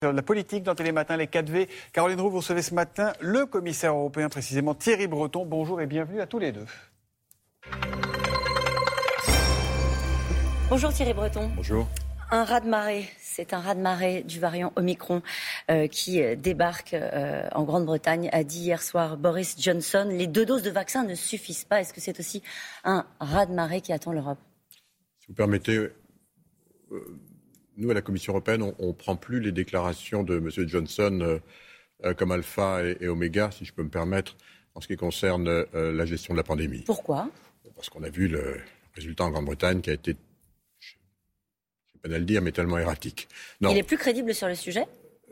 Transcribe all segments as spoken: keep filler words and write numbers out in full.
De la politique dans Télématin, les quatre V. Caroline Roux, vous recevez ce matin le commissaire européen, précisément Thierry Breton. Bonjour et bienvenue à tous les deux. Bonjour Thierry Breton. Bonjour. Un raz-de-marée, c'est un raz-de-marée du variant Omicron euh, qui euh, débarque euh, en Grande-Bretagne, a dit hier soir Boris Johnson. Les deux doses de vaccin ne suffisent pas. Est-ce que c'est aussi un raz-de-marée qui attend l'Europe ? Si vous permettez, euh, nous à la Commission européenne, on ne prend plus les déclarations de M. Johnson euh, euh, comme alpha et, et oméga, si je peux me permettre, en ce qui concerne euh, la gestion de la pandémie. Pourquoi ? Parce qu'on a vu le résultat en Grande-Bretagne qui a été, je ne sais pas à le dire, mais tellement erratique. Non. Il est plus crédible sur le sujet ?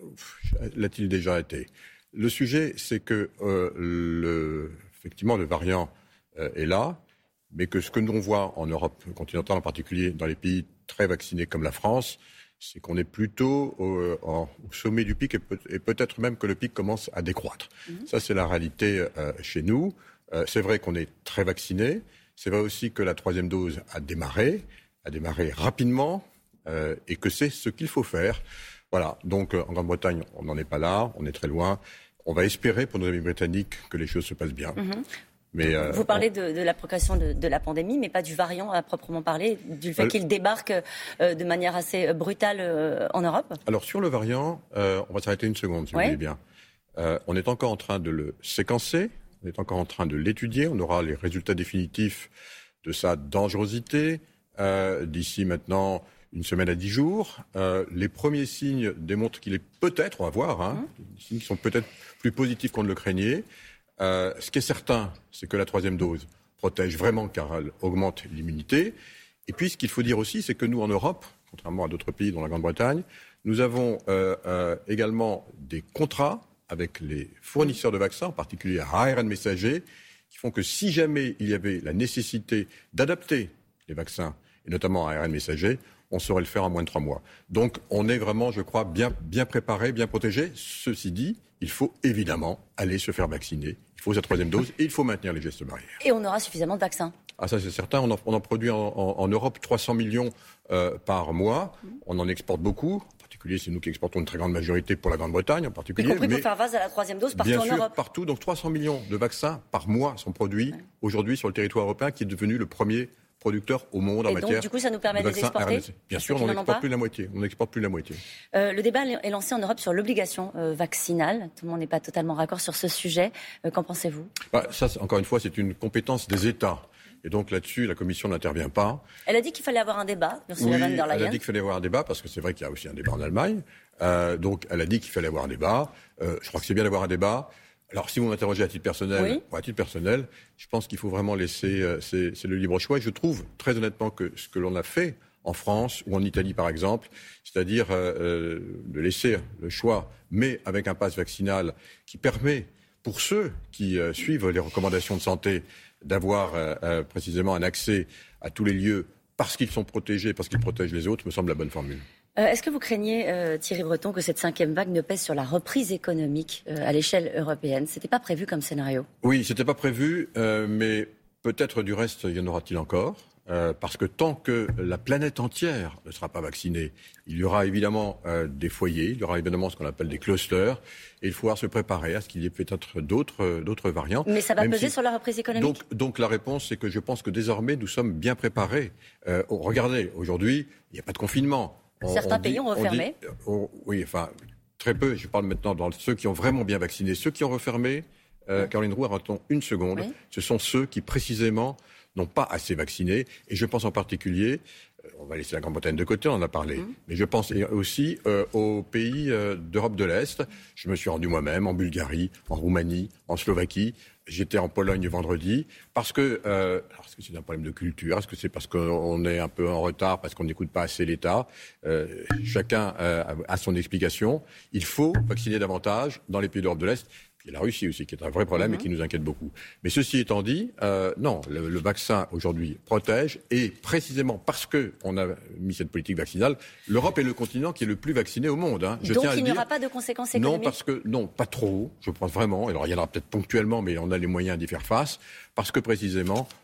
L'a-t-il déjà été ? Le sujet, c'est que euh, le, effectivement, le variant euh, est là, mais que ce que nous on voit en Europe continentale, en particulier dans les pays très vaccinés comme la France, c'est qu'on est plutôt au, en, au sommet du pic et, peut, et peut-être même que le pic commence à décroître. Mmh. Ça, c'est la réalité euh, chez nous. Euh, c'est vrai qu'on est très vaccinés. C'est vrai aussi que la troisième dose a démarré, a démarré rapidement euh, et que c'est ce qu'il faut faire. Voilà, donc euh, en Grande-Bretagne, on n'en est pas là, on est très loin. On va espérer pour nos amis britanniques que les choses se passent bien. Mmh. Mais euh, Vous parlez on... de, de la progression de, de la pandémie, mais pas du variant à proprement parler, du fait euh, qu'il débarque euh, de manière assez brutale euh, en Europe ? Alors sur le variant, euh, on va s'arrêter une seconde, si ouais. vous voulez bien. Euh, on est encore en train de le séquencer, on est encore en train de l'étudier, on aura les résultats définitifs de sa dangerosité euh, d'ici maintenant une semaine à dix jours. Euh, les premiers signes démontrent qu'il est peut-être, on va voir, hein, mmh. des signes qui sont peut-être plus positifs qu'on ne le craignait. Euh, ce qui est certain, c'est que la troisième dose protège vraiment car elle augmente l'immunité. Et puis, ce qu'il faut dire aussi, c'est que nous, en Europe, contrairement à d'autres pays, dont la Grande-Bretagne, nous avons euh, euh, également des contrats avec les fournisseurs de vaccins, en particulier à A R N messager, qui font que si jamais il y avait la nécessité d'adapter les vaccins, et notamment à A R N messager, on saurait le faire en moins de trois mois. Donc, on est vraiment, je crois, bien, bien préparé, bien protégé. Ceci dit, il faut évidemment aller se faire vacciner. Il faut sa troisième dose et il faut maintenir les gestes barrières. Et on aura suffisamment de vaccins ? Ah, ça c'est certain. On en, on en produit en, en, en Europe trois cents millions euh, par mois. On en exporte beaucoup. En particulier, c'est nous qui exportons une très grande majorité pour la Grande-Bretagne en particulier. Y compris mais pour faire face à la troisième dose partout bien en sûr, Europe. Partout. Donc trois cents millions de vaccins par mois sont produits ouais. aujourd'hui sur le territoire européen, qui est devenu le premier producteurs au monde en et matière. Donc, du coup, ça nous permet de les exporter ? R N C. Bien sûr, on n'exporte plus la moitié. On n'exporte plus la moitié. Euh, le débat est lancé en Europe sur l'obligation euh, vaccinale. Tout le monde n'est pas totalement raccord sur ce sujet. Euh, qu'en pensez-vous ? bah, Ça, encore une fois, c'est une compétence des États. Et donc là-dessus, la Commission n'intervient pas. Elle a dit qu'il fallait avoir un débat. Oui, elle a dit qu'il fallait avoir un débat, parce que c'est vrai qu'il y a aussi un débat en Allemagne. Euh, donc, elle a dit qu'il fallait avoir un débat. Euh, je crois que c'est bien d'avoir un débat. Alors, si vous m'interrogez à titre personnel, oui. ou à titre personnel, je pense qu'il faut vraiment laisser, euh, c'est, c'est le libre choix. Et je trouve, très honnêtement, que ce que l'on a fait en France ou en Italie, par exemple, c'est-à-dire euh, de laisser le choix, mais avec un pass vaccinal qui permet, pour ceux qui euh, suivent les recommandations de santé, d'avoir euh, euh, précisément un accès à tous les lieux parce qu'ils sont protégés, parce qu'ils protègent les autres, me semble la bonne formule. Euh, est-ce que vous craignez, euh, Thierry Breton, que cette cinquième vague ne pèse sur la reprise économique euh, à l'échelle européenne ? C'était pas prévu comme scénario ? Oui, c'était pas prévu, euh, mais peut-être du reste, il y en aura-t-il encore ? Euh, parce que tant que la planète entière ne sera pas vaccinée, il y aura évidemment euh, des foyers, il y aura évidemment ce qu'on appelle des clusters, et il faudra se préparer à ce qu'il y ait peut-être d'autres, euh, d'autres variantes. Mais ça va Même peser si... sur la reprise économique ? donc, donc la réponse, c'est que je pense que désormais, nous sommes bien préparés. Euh, oh, regardez, aujourd'hui, il n'y a pas de confinement. On, Certains on pays dit, ont refermé. On dit, on, oui, enfin, très peu. Je parle maintenant dans ceux qui ont vraiment bien vacciné. Ceux qui ont refermé, euh, oui. Caroline Roux, arrêtons une seconde. Oui. Ce sont ceux qui, précisément, n'ont pas assez vacciné. Et je pense en particulier, euh, on va laisser la Grande-Bretagne de côté, on en a parlé, mmh. mais je pense aussi euh, aux pays euh, d'Europe de l'Est. Je me suis rendu moi-même en Bulgarie, en Roumanie, en Slovaquie. J'étais en Pologne vendredi parce que, euh, alors est-ce que c'est un problème de culture ? Est-ce que c'est parce qu'on est un peu en retard, parce qu'on n'écoute pas assez l'État ? euh, Chacun euh, a son explication. Il faut vacciner davantage dans les pays d'Europe de l'Est. Puis il y a la Russie aussi, qui est un vrai problème mmh. et qui nous inquiète beaucoup. Mais ceci étant dit, euh, non, le, le vaccin aujourd'hui protège, et précisément parce qu'on a mis cette politique vaccinale, l'Europe est le continent qui est le plus vacciné au monde. Hein. Je Donc tiens à il n'y dire, aura pas de conséquences économiques ? Non, parce que non, pas trop. Je pense vraiment. Alors il y en aura peut-être ponctuellement, mais on a les moyens d'y faire face, parce que précisément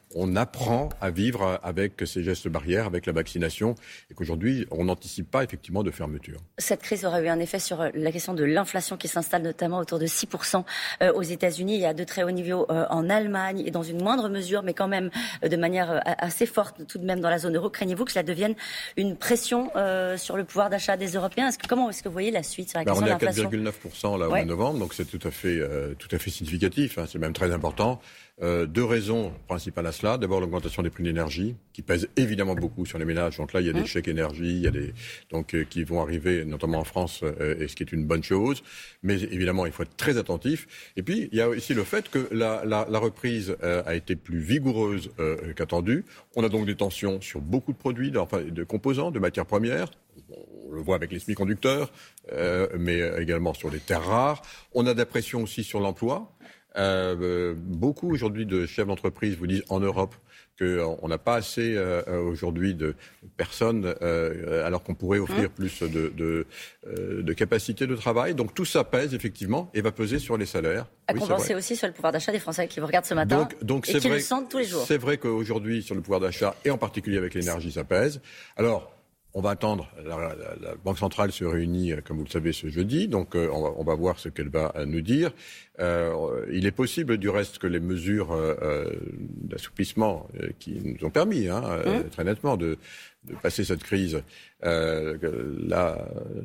on apprend à vivre avec ces gestes barrières, avec la vaccination, et qu'aujourd'hui, on n'anticipe pas effectivement de fermeture. Cette crise aura eu un effet sur la question de l'inflation qui s'installe notamment autour de six pour cent aux États-Unis. Il y a de très hauts niveaux en Allemagne et dans une moindre mesure, mais quand même de manière assez forte tout de même dans la zone euro. Craignez-vous que cela devienne une pression euh, sur le pouvoir d'achat des Européens? Est-ce que, comment est-ce que vous voyez la suite sur la question ben, de l'inflation? On est à quatre virgule neuf pour cent là, au ouais. mois de novembre, donc c'est tout à fait, euh, tout à fait significatif, hein, c'est même très important. Euh, deux raisons principales à cela. D'abord, l'augmentation des prix de l'énergie, qui pèse évidemment beaucoup sur les ménages. Donc là, il y a des mmh. chèques énergie, il y a des donc euh, qui vont arriver, notamment en France, euh, et ce qui est une bonne chose. Mais évidemment, il faut être très attentif. Et puis, il y a aussi le fait que la, la, la reprise euh, a été plus vigoureuse euh, qu'attendue. On a donc des tensions sur beaucoup de produits, de, enfin, de composants, de matières premières. On le voit avec les semi-conducteurs, euh, mais également sur les terres rares. On a de la pression aussi sur l'emploi. Euh, beaucoup aujourd'hui de chefs d'entreprise vous disent en Europe qu'on n'a pas assez euh, aujourd'hui de personnes euh, alors qu'on pourrait offrir mmh. plus de, de, euh, de capacité de travail. Donc tout ça pèse effectivement et va peser sur les salaires. À oui, compenser aussi sur le pouvoir d'achat des Français qui vous regardent ce matin donc, donc et qui vrai, le sentent tous les jours. C'est vrai qu'aujourd'hui sur le pouvoir d'achat et en particulier avec l'énergie ça pèse. Alors on va attendre, la, la, la Banque centrale se réunit, comme vous le savez, ce jeudi, donc euh, on, va, on va voir ce qu'elle va nous dire. Euh, il est possible, du reste, que les mesures euh, d'assouplissement euh, qui nous ont permis, hein, euh, mmh. très nettement, de, de passer cette crise, euh, la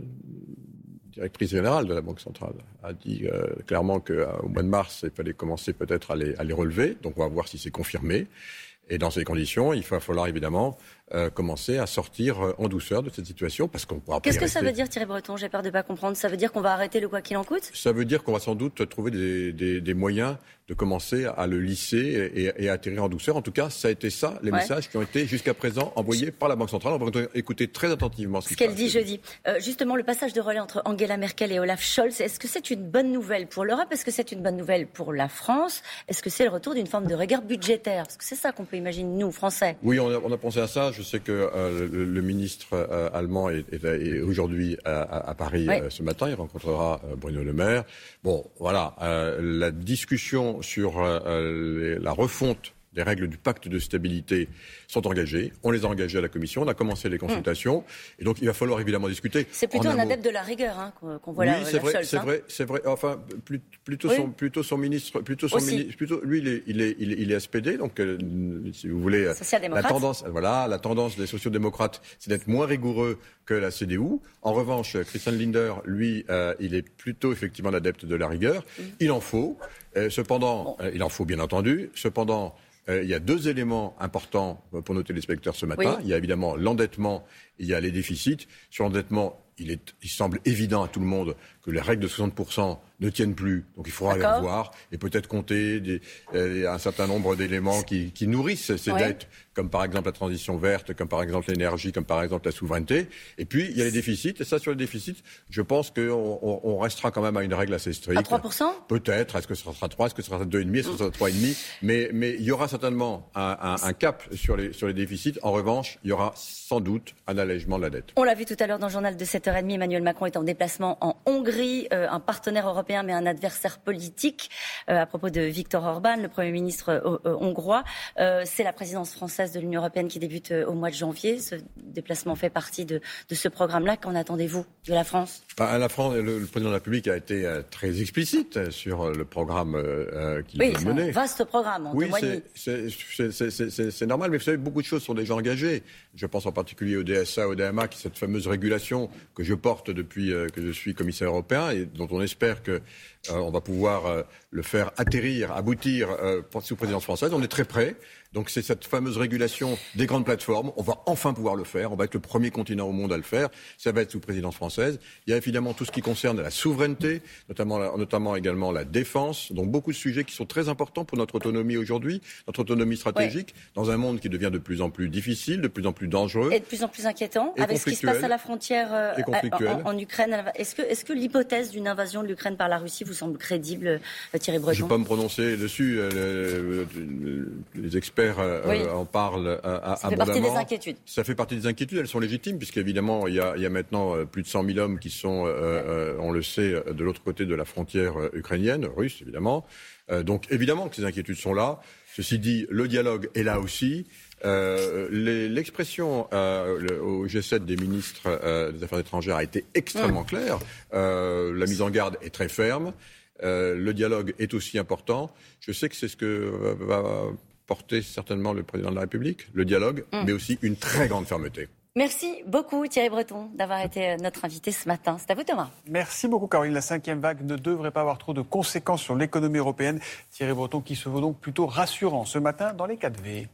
directrice générale de la Banque centrale a dit euh, clairement qu'au mois de mars, il fallait commencer peut-être à les, à les relever, donc on va voir si c'est confirmé. Et dans ces conditions, il va falloir évidemment euh, commencer à sortir euh, en douceur de cette situation parce qu'on pourra. Qu'est-ce que rester. Ça veut dire, Thierry Breton? J'ai peur de ne pas comprendre. Ça veut dire qu'on va arrêter le quoi qu'il en coûte? Ça veut dire qu'on va sans doute trouver des, des, des moyens de commencer à le lisser et, et à atterrir en douceur. En tout cas, ça a été ça, les ouais. messages qui ont été jusqu'à présent envoyés par la Banque centrale. On va écouter très attentivement ce, ce qu'elle dit jeudi. Euh, justement, le passage de relais entre Angela Merkel et Olaf Scholz, est-ce que c'est une bonne nouvelle pour l'Europe? Est-ce que c'est une bonne nouvelle pour la France? Est-ce que c'est le retour d'une forme de regard budgétaire? Parce que c'est ça qu'on peut imaginer, nous, Français. Oui, on a, on a pensé à ça. Je sais que euh, le, le ministre euh, allemand est, est, est aujourd'hui à, à Paris oui. euh, ce matin. Il rencontrera euh, Bruno Le Maire. Bon, voilà. Euh, la discussion sur euh, les, la refonte des règles du pacte de stabilité sont engagées. On les a engagées à la Commission. On a commencé les consultations. Mmh. Et donc, il va falloir évidemment discuter. C'est plutôt un, un adepte de la rigueur hein, qu'on voit oui, là. Oui, c'est vrai, Scholz, c'est hein. vrai, c'est vrai. Enfin, plus, plutôt, oui. son, plutôt son ministre, plutôt son ministre, plutôt, lui, il est, il est, il est, il est S P D. Donc, euh, si vous voulez, la tendance, voilà, la tendance des sociodémocrates, c'est d'être moins rigoureux que la C D U. En revanche, Christian Lindner, lui, euh, il est plutôt effectivement l'adepte de la rigueur. Mmh. Il en faut. Euh, cependant, bon. euh, il en faut bien entendu. Cependant, Euh, il y a deux éléments importants pour nos téléspectateurs ce matin. Oui. Il y a évidemment l'endettement, il y a les déficits. Sur l'endettement, il, est, il semble évident à tout le monde que les règles de soixante pour cent ne tiennent plus. Donc il faudra D'accord. les revoir et peut-être compter des, euh, un certain nombre d'éléments qui, qui nourrissent ces oui. dettes, comme par exemple la transition verte, comme par exemple l'énergie, comme par exemple la souveraineté. Et puis il y a les déficits. Et ça, sur les déficits, je pense qu'on on, on restera quand même à une règle assez stricte. À trois pour cent Peut-être. Est-ce que ce sera trois? Est-ce que ce sera deux virgule cinq? Est-ce que ce sera trois virgule cinq? Mais, mais il y aura certainement un, un, un cap sur les, sur les déficits. En revanche, il y aura sans doute un allègement de la dette. On l'a vu tout à l'heure dans le journal de sept heures trente. Emmanuel Macron est en déplacement en Hongrie, euh, un partenaire européen mais un adversaire politique. Euh, à propos de Viktor Orban, le Premier ministre euh, euh, hongrois, euh, c'est la présidence française de l'Union européenne qui débute euh, au mois de janvier. Ce déplacement fait partie de, de ce programme-là. Qu'en attendez-vous de la France? Bah, la France, le, le président de la République a été euh, très explicite sur euh, le programme euh, qu'il oui, veut mener. Oui, c'est un vaste programme. En oui, c'est, c'est, c'est, c'est, c'est, c'est normal, mais vous savez, beaucoup de choses sont déjà engagées. Je pense en particulier au D S A, au D M A, qui est cette fameuse régulation que je porte depuis euh, que je suis commissaire européen et dont on espère que euh, on va pouvoir euh, le faire atterrir, aboutir euh, sous présidence française. On est très près. Donc c'est cette fameuse régulation des grandes plateformes. On va enfin pouvoir le faire. On va être le premier continent au monde à le faire. Ça va être sous présidence française. Il y a évidemment tout ce qui concerne la souveraineté, notamment, notamment également la défense. Donc beaucoup de sujets qui sont très importants pour notre autonomie aujourd'hui, notre autonomie stratégique, ouais. dans un monde qui devient de plus en plus difficile, de plus en plus dangereux. Et de plus en plus inquiétant, avec ce qui se passe à la frontière euh, en, en Ukraine. Est-ce que, est-ce que l'hypothèse d'une invasion de l'Ukraine par la Russie vous semble crédible, euh, Thierry Breton? Je ne vais pas me prononcer dessus. Euh, les experts experts euh, oui. en parlent euh, abondamment. Ça fait partie des inquiétudes. Ça fait partie des inquiétudes, elles sont légitimes, puisqu'évidemment, il y a, il y a maintenant euh, plus de cent mille hommes qui sont, euh, euh, on le sait, de l'autre côté de la frontière euh, ukrainienne, russe évidemment. Euh, donc évidemment que ces inquiétudes sont là. Ceci dit, le dialogue est là aussi. Euh, les, l'expression euh, le, au G sept des ministres euh, des Affaires étrangères a été extrêmement mmh. claire. Euh, la mise en garde est très ferme. Euh, le dialogue est aussi important. Je sais que c'est ce que va porter certainement le président de la République, le dialogue, mmh. mais aussi une très grande fermeté. Merci beaucoup Thierry Breton d'avoir été notre invité ce matin. C'est à vous Thomas. Merci beaucoup Caroline. La cinquième vague ne devrait pas avoir trop de conséquences sur l'économie européenne. Thierry Breton qui se veut donc plutôt rassurant ce matin dans les quatre V.